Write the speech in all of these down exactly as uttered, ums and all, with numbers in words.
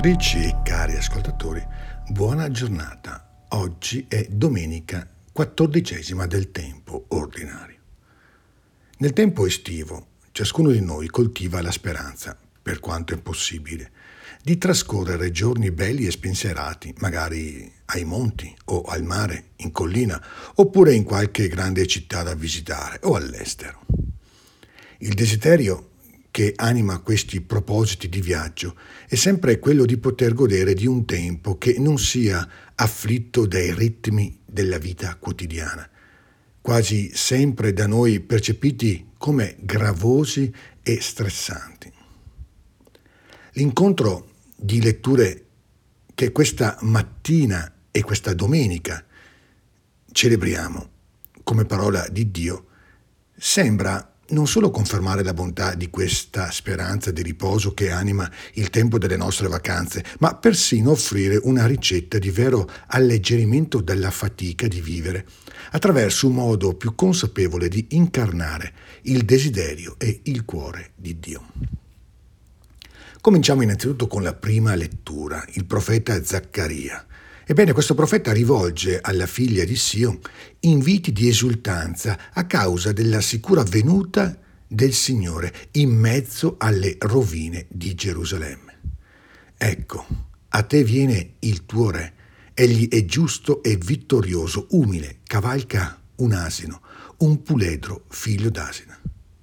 ascoltatrici e cari ascoltatori, buona giornata. Oggi è domenica quattordicesima del tempo ordinario. Nel tempo estivo, ciascuno di noi coltiva la speranza, per quanto è possibile, di trascorrere giorni belli e spensierati, magari ai monti o al mare, in collina, oppure in qualche grande città da visitare o all'estero. Il desiderio che anima questi propositi di viaggio è sempre quello di poter godere di un tempo che non sia afflitto dai ritmi della vita quotidiana, quasi sempre da noi percepiti come gravosi e stressanti. L'incontro di letture che questa mattina e questa domenica celebriamo come parola di Dio sembra non solo confermare la bontà di questa speranza di riposo che anima il tempo delle nostre vacanze, ma persino offrire una ricetta di vero alleggerimento dalla fatica di vivere, attraverso un modo più consapevole di incarnare il desiderio e il cuore di Dio. Cominciamo innanzitutto con la prima lettura, il profeta Zaccaria. Ebbene, questo profeta rivolge alla figlia di Sion inviti di esultanza a causa della sicura venuta del Signore in mezzo alle rovine di Gerusalemme. Ecco, a te viene il tuo re, egli è giusto e vittorioso, umile, cavalca un asino, un puledro figlio d'asina.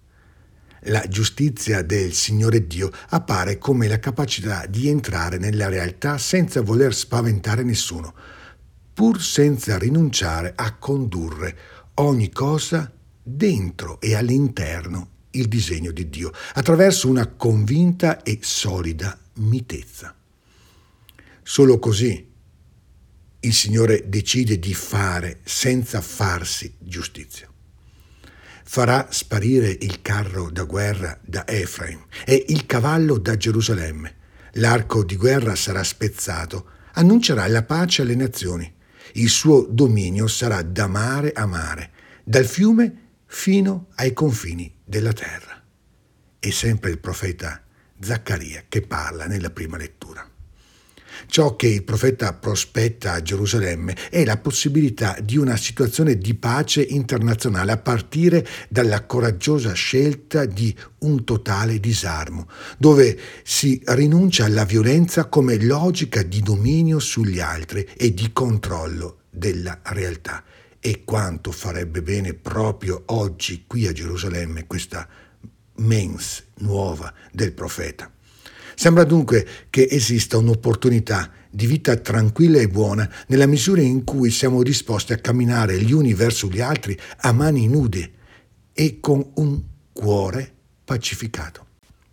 La giustizia del Signore Dio appare come la capacità di entrare nella realtà senza voler spaventare nessuno, pur senza rinunciare a condurre ogni cosa dentro e all'interno il disegno di Dio, attraverso una convinta e solida mitezza. Solo così il Signore decide di fare senza farsi giustizia. Farà sparire il carro da guerra da Efraim e il cavallo da Gerusalemme. L'arco di guerra sarà spezzato, annuncerà la pace alle nazioni. Il suo dominio sarà da mare a mare, dal fiume fino ai confini della terra. È sempre il profeta Zaccaria che parla nella prima lettura. Ciò che il profeta prospetta a Gerusalemme è la possibilità di una situazione di pace internazionale a partire dalla coraggiosa scelta di un totale disarmo, dove si rinuncia alla violenza come logica di dominio sugli altri e di controllo della realtà. E quanto farebbe bene proprio oggi qui a Gerusalemme questa mens nuova del profeta. Sembra dunque che esista un'opportunità di vita tranquilla e buona nella misura in cui siamo disposti a camminare gli uni verso gli altri a mani nude e con un cuore pacificato.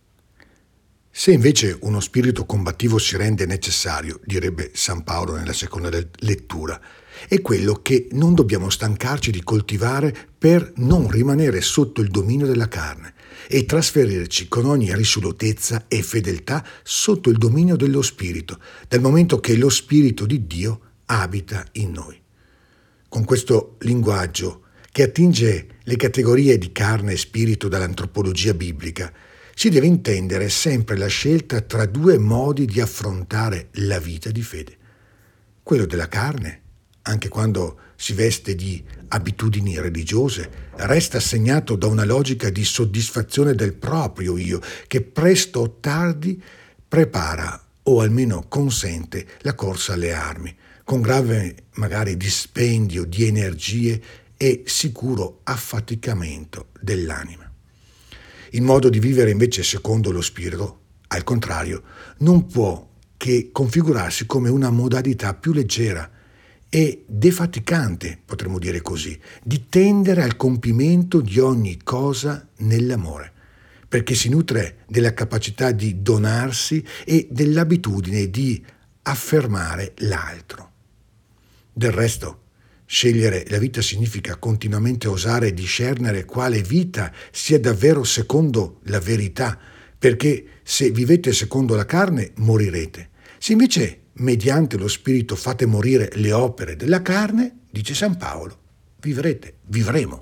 Se invece uno spirito combattivo si rende necessario, direbbe San Paolo nella seconda lettura, è quello che non dobbiamo stancarci di coltivare per non rimanere sotto il dominio della carne e trasferirci con ogni risolutezza e fedeltà sotto il dominio dello Spirito, dal momento che lo Spirito di Dio abita in noi. Con questo linguaggio, che attinge le categorie di carne e spirito dall'antropologia biblica, si deve intendere sempre la scelta tra due modi di affrontare la vita di fede. Quello della carne, anche quando si veste di abitudini religiose, resta segnato da una logica di soddisfazione del proprio io, che presto o tardi prepara o almeno consente la corsa alle armi, con grave magari dispendio di energie e sicuro affaticamento dell'anima. Il modo di vivere invece secondo lo spirito, al contrario, non può che configurarsi come una modalità più leggera e defaticante, potremmo dire così, di tendere al compimento di ogni cosa nell'amore, perché si nutre della capacità di donarsi e dell'abitudine di affermare l'altro. Del resto, scegliere la vita significa continuamente osare discernere quale vita sia davvero secondo la verità, perché se vivete secondo la carne morirete. Se invece mediante lo Spirito fate morire le opere della carne, dice San Paolo, vivrete, vivremo.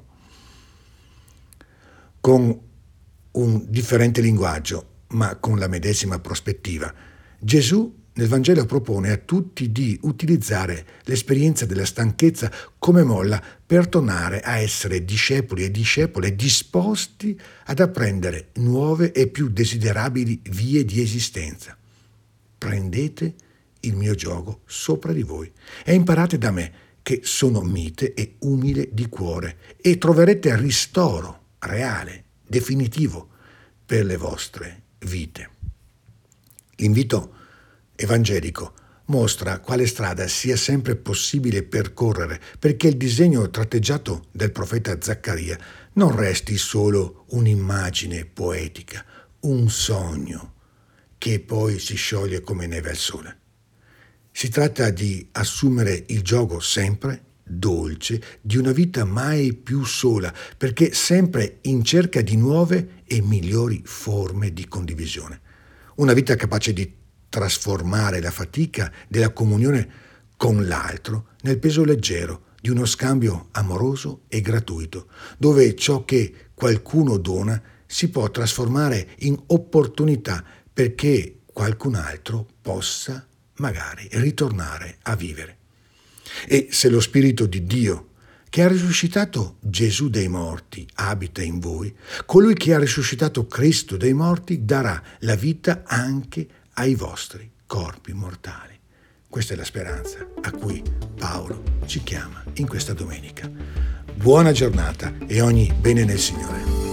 Con un differente linguaggio, ma con la medesima prospettiva, Gesù nel Vangelo propone a tutti di utilizzare l'esperienza della stanchezza come molla per tornare a essere discepoli e discepole disposti ad apprendere nuove e più desiderabili vie di esistenza. Prendete il mio giogo sopra di voi e imparate da me, che sono mite e umile di cuore, e troverete ristoro reale, definitivo per le vostre vite. L'invito evangelico mostra quale strada sia sempre possibile percorrere perché il disegno tratteggiato del profeta Zaccaria non resti solo un'immagine poetica, un sogno che poi si scioglie come neve al sole. Si tratta di assumere il giogo sempre dolce di una vita mai più sola, perché sempre in cerca di nuove e migliori forme di condivisione. Una vita capace di trasformare la fatica della comunione con l'altro nel peso leggero di uno scambio amoroso e gratuito, dove ciò che qualcuno dona si può trasformare in opportunità perché qualcun altro possa magari ritornare a vivere. E se lo Spirito di Dio, che ha risuscitato Gesù dai morti, abita in voi, colui che ha risuscitato Cristo dai morti darà la vita anche ai vostri corpi mortali. Questa è la speranza a cui Paolo ci chiama in questa domenica. Buona giornata e ogni bene nel Signore.